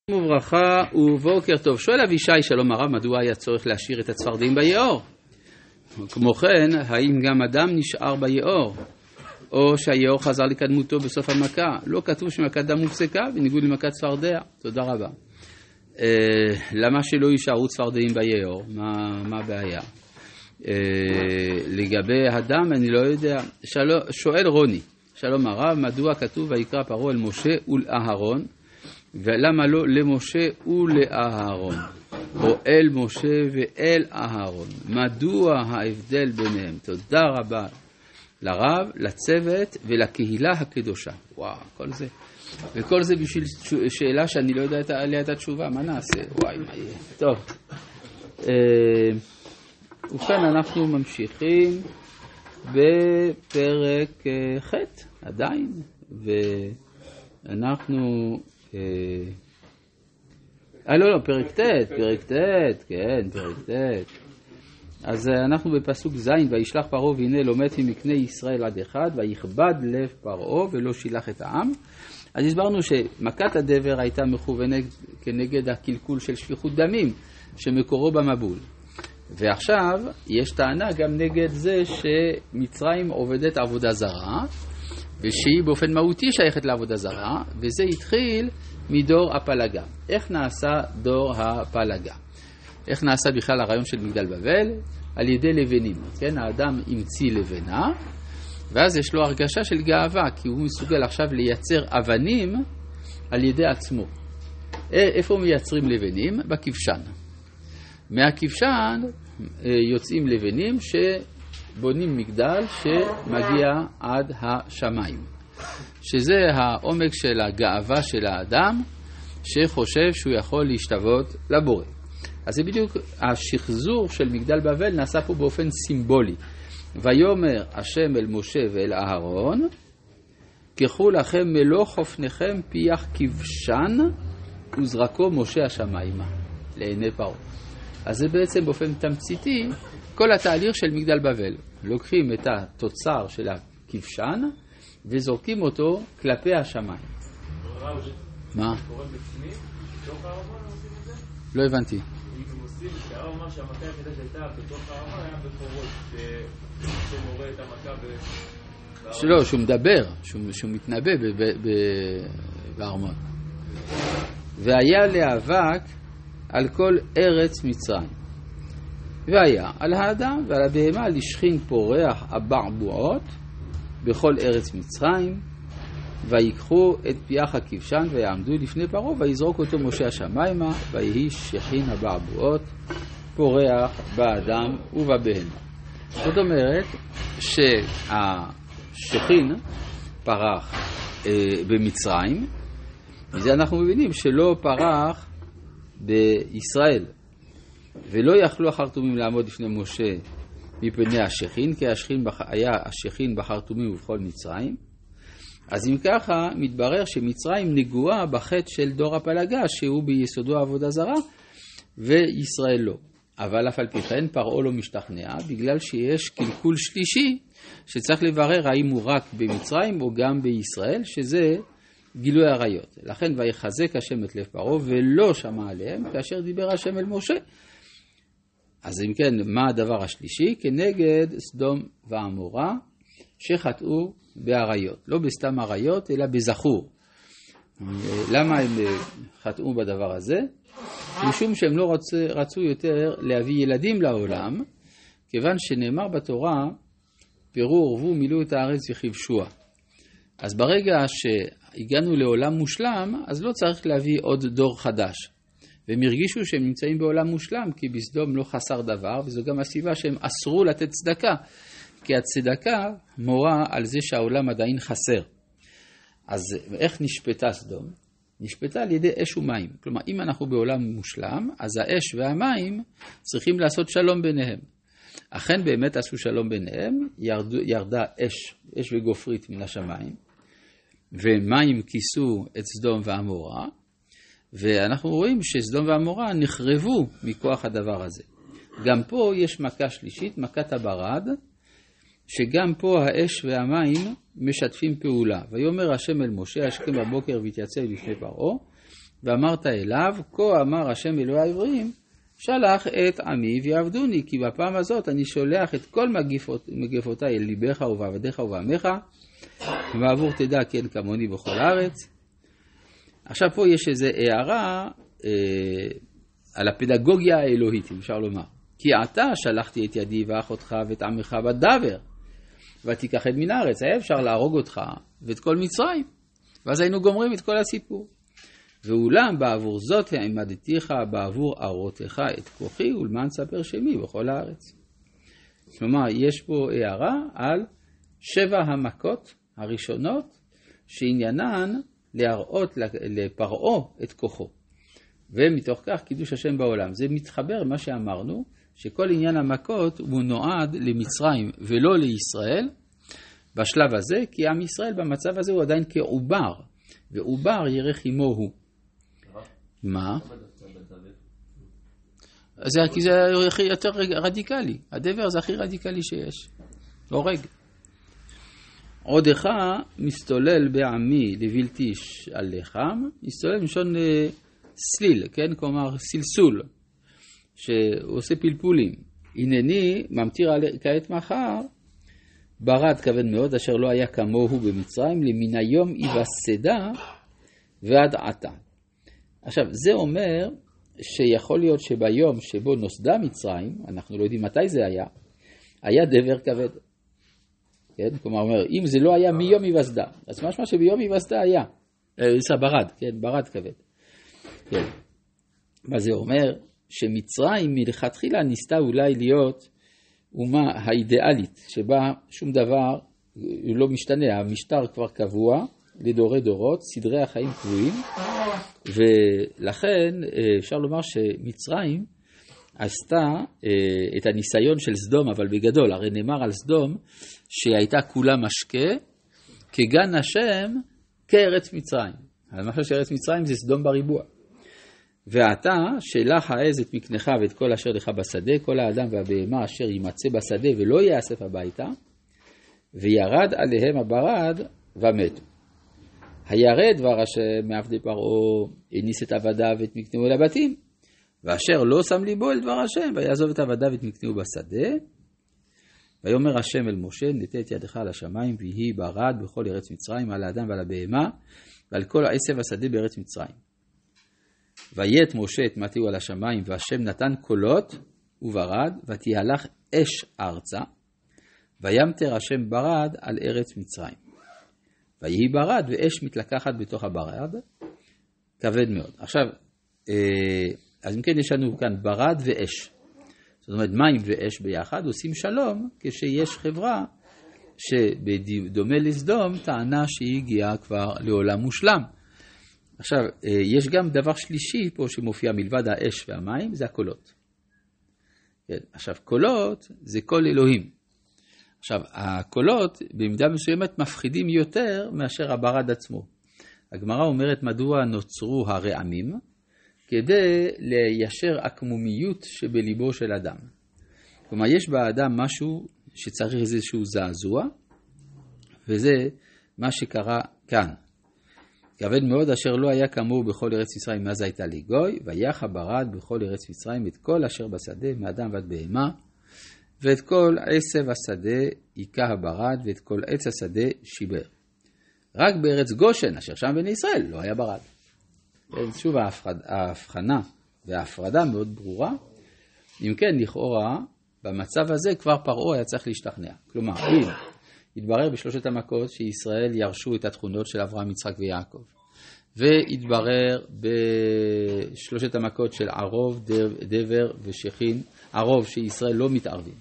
וברכה ובוקר טוב. שואל אבישי, שלום הרב, מדוע היה צורך להשאיר את הצפרדעים ביעור? כמו כן, האם גם אדם נשאר ביעור? או שהיעור חזר לקדמותו בסוף המכה? לא כתוב שמכת דם הופסקה בניגוד למכת צפרדע. תודה רבה. למה שלא יישארו צפרדעים ביעור? מה הבעיה? לגבי הדם אני לא יודע. שואל רוני, שלום הרב, מדוע כתוב ויקרא פרעה אל משה ולאהרון, ולמה לא למשה ולאהרון, או אל משה ואל אהרון? מדוע ההבדל ביניהם? תודה רבה לרב, לצוות ולקהילה הקדושה. וואו, כל זה. וכל זה בשביל שאלה שאני לא יודע עליה את התשובה. מה נעשה? וואי, מה יהיה? טוב. ובכן, אנחנו ממשיכים בפרק ח' עדיין, ואנחנו... לא, פרק ט', כן, פרק ט'. אז אנחנו בפסוק ז', וישלח פרעה והנה לא מת ממקנה ישראל עד אחד, ויכבד לב פרעה ולא שילח את העם. אז הסברנו שמכת הדבר הייתה מכוונת כנגד הקלקול של שפיכות דמים, שמקורו במבול. ועכשיו יש טענה גם נגד זה שמצרים עובדת עבודה זרה, ושהיא באופן מהותי שייכת לעבודה זרה, וזה התחיל מדור הפלגה. איך נעשה דור הפלגה? איך נעשה בכלל הרעיון של מגדל בבל? על ידי לבנים. כן, האדם המציא לבנה, ואז יש לו הרגשה של גאווה, כי הוא מסוגל עכשיו לייצר אבנים על ידי עצמו. איפה מייצרים לבנים? בכבשן. מהכבשן יוצאים לבנים שבונים מגדל שמגיע עד השמיים. שזה העומק של הגאווה של האדם, שחושב שהוא יכול להשתוות לבורא. אז זה בדיוק השחזור של מגדל בבל נעשה פה באופן סימבולי. ויאמר השם אל משה ואל אהרון, קחו לכם מלוא חופניכם פיח כבשן וזרקו משה השמיימה לעיני פרעה. אז זה בעצם באופן תמציתי כל התהליך של מגדל בבל. לוקחים את התוצר של הכבשן וזורקים אותו כלפי השמיים. מה? לא הבנתי. שהרב אמר שהמכה היחידה שהייתה בתוך הארמון היה בחורות, שמורה את המכה שלא, שהוא מדבר, שהוא מתנבא בארמון. והיה להאבק על כל ארץ מצרים. והיה על האדם ועל הבהמה לשכין פורח הבעבועות בכל ארץ מצרים, ויקחו את פיח הכבשן ויעמדו לפני פרעה, ויזרוק אותו משה השמיימה, ויהי שכין הבעבועות פורח באדם ובבהמה. זאת אומרת שהשכין פרח במצרים, וזה אנחנו מבינים שלא פרח בישראל, ולא יכלו החרטומים לעמוד לפני משה מפני השכין, כי היה השכין בחרטומים ובכל מצרים. אז אם ככה מתברר שמצרים נגועה בחטא של דור הפלגה, שהוא ביסודו עבודה זרה, וישראל לא. אבל אף על פי כן פרעה לא משתכנע, בגלל שיש קלקול שלישי שצריך לברר האם הוא רק במצרים או גם בישראל, שזה גילוי עריות. לכן ויחזק השם את לב פרעה ולא שמע עליהם כאשר דיבר השם אל משה. אז אם כן, מה הדבר השלישי? כנגד סדום ועמורה שחטאו בעריות. לא בסתם עריות, אלא בזכור. למה הם חטאו בדבר הזה? משום שהם לא רצו יותר להביא ילדים לעולם, כיוון שנאמר בתורה, פרו ורבו מילאו את הארץ וכבשוה. אז ברגע שהגענו לעולם מושלם, אז לא צריך להביא עוד דור חדש. והם הרגישו שהם נמצאים בעולם מושלם, כי בסדום לא חסר דבר, וזו גם הסיבה שהם אסרו לתת צדקה. כי הצדקה מורה על זה שהעולם עדיין חסר. אז איך נשפטה סדום? נשפטה על ידי אש ומים. כלומר, אם אנחנו בעולם מושלם, אז האש והמים צריכים לעשות שלום ביניהם. אכן באמת עשו שלום ביניהם, ירדה אש וגופרית מן השמיים, ומים כיסו את סדום ועמורה, ואנחנו רואים שסדום ועמורה נחרבו מכוח הדבר הזה. גם פה יש מכה שלישית, מכת הברד, שגם פה האש והמים משתפים פעולה. ויאמר השם אל משה, השכם בבוקר והתייצב לפני פרעה, ואמרת אליו, כה אמר השם אלוהי העברים, שלח את עמי ויעבדוני, כי בפעם הזאת אני שולח את כל מגפותיי אל ליבך ובעבדיך ובעמך, ועבור תדע כן כמוני בכל הארץ. עכשיו פה יש איזו הערה על הפדגוגיה האלוהית, אם אפשר לומר. כי אתה שלחתי את ידי ואחותך ואת עמך בדבר, ותיקח את מן הארץ. היה אפשר להרוג אותך ואת כל מצרים, ואז היינו גומרים את כל הסיפור. ואולם בעבור זאת העמדתיך בעבור ארותיך את כוחי ולמען ספר שמי בכל הארץ. כלומר, יש פה הערה על 7 המכות הראשונות שעניינן להראות לפרעה את כוחו. ומתוך כך קידוש השם בעולם. זה מתחבר למה שאמרנו, שכל עניין המכות הוא נועד למצרים ולא לישראל בשלב הזה, כי עם ישראל במצב הזה הוא עדיין כעובר, ועובר ירך עמו הוא. מה? כי זה יותר רדיקלי. הדבר זה הכי רדיקלי שיש. הורג. עודך מסתולל בעמי לבלתי עליכם, מסתולל משון סליל, כן? כלומר סלסול, שעושה פלפולים. הנני ממטיר כעת מחר, ברד כבד מאוד, אשר לא היה כמוהו במצרים, למן היום יווסדה ועד עתה. עכשיו, זה אומר שיכול להיות שביום שבו נוסדה מצרים, אנחנו לא יודעים מתי זה היה דבר כבד. כן? כלומר, אומר, אם זה לא היה מיום יווסדה, אז משמע שביום יווסדה היה. ברד, כן, ברד כבד. כן. מה זה אומר? שמצרים מלכתחילה ניסתה אולי להיות אומה האידיאלית, שבה שום דבר לא משתנה, המשטר כבר קבוע, לדורי דורות, סדרי החיים קבועים, ולכן אפשר לומר שמצרים עשתה את הניסיון של סדום, אבל בגדול, הרי נאמר על סדום שהייתה כולה משקה, כגן השם כארץ מצרים. המשל של ארץ מצרים זה סדום בריבוע. ואתה שלח העז את מקנך ואת כל אשר לך בשדה, כל האדם והבהמה אשר יימצא בשדה ולא יאסף הביתה, וירד עליהם הברד ומתו. הירד דבר השם מעבדי פרעה, הניס את עבדיו ואת מקנהו אל הבתים, ואשר לא שם ליבו אל דבר השם, ויעזוב את עבדיו ואת מקנהו בשדה, ויאמר השם אל משה, נטה את ידך על השמיים, ויהי ברד בכל ארץ מצרים, על האדם ועל הבהמה, ועל כל עשב השדה בארץ מצרים. ויית משה את מטהו על השמיים, והשם נתן קולות וברד, ותהלך אש ארצה, וימטר השם ברד על ארץ מצרים. ויהי ברד ואש מתלקחת בתוך הברד, כבד מאוד. עכשיו, אז אם כן יש לנו כאן ברד ואש. זאת אומרת, מים ואש ביחד עושים שלום, כשיש חברה שבדומה לסדום טענה שהיא הגיעה כבר לעולם מושלם. עכשיו, יש גם דבר שלישי פה שמופיע מלבד האש והמים, זה הקולות. כן, עכשיו, קולות זה קול אלוהים. עכשיו, הקולות במידה מסוימת מפחידים יותר מאשר הברד עצמו. הגמרא אומרת מדוע נוצרו הרעמים, כדי ליישר עקמומיות שבליבו של אדם. כלומר, יש באדם משהו שצריך איזשהו זעזוע, וזה מה שקרה כאן. כבד מאוד אשר לא היה כמוהו בכל ארץ מצרים מאז הייתה לי גוי, ויח הברד בכל ארץ מצרים את כל אשר בשדה, מאדם ועד בהמה, ואת כל עשב השדה היכה הברד, ואת כל עץ השדה שיבר. רק בארץ גושן, אשר שם בני ישראל, לא היה ברד. שוב ההבחנה וההפרדה מאוד ברורה. אם כן, לכאורה, במצב הזה כבר פרעה היה צריך להשתכנע. כלומר, אם התברר בשלושת המכות שישראל ירשו את התכונות של אברהם, יצחק ויעקב, והתברר בשלושת המכות של ערוב, דבר ושכין, ערוב שישראל לא מתערבים,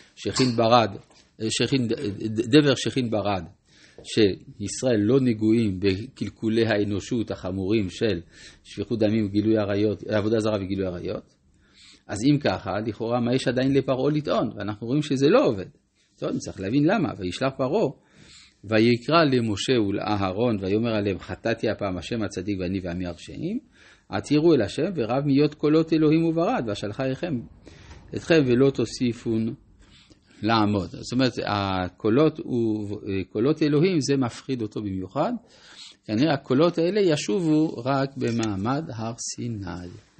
דבר שכין ברד, שישראל לא נגועים בקלקולי האנושות החמורים של שפיכות דמים וגילוי עריות, עבודה זרה וגילוי עריות. אז אם ככה, לכאורה מה יש עדיין לפרעה לטעון? ואנחנו רואים שזה לא עובד. טוב, צריך להבין למה. וישלח פרעה, ויקרא למשה ולאהרון, ויאמר עליהם, חטאתי הפעם השם הצדיק ואני ועמי הרשעים, עתירו אל השם ורב מיות קולות אלוהים וברד, ואשלחה אתכם ולא תוסיפון לעמוד. זאת אומרת, קולות אלוהים זה מפחיד אותו במיוחד, כנראה הקולות האלה ישובו רק במעמד הר סיני.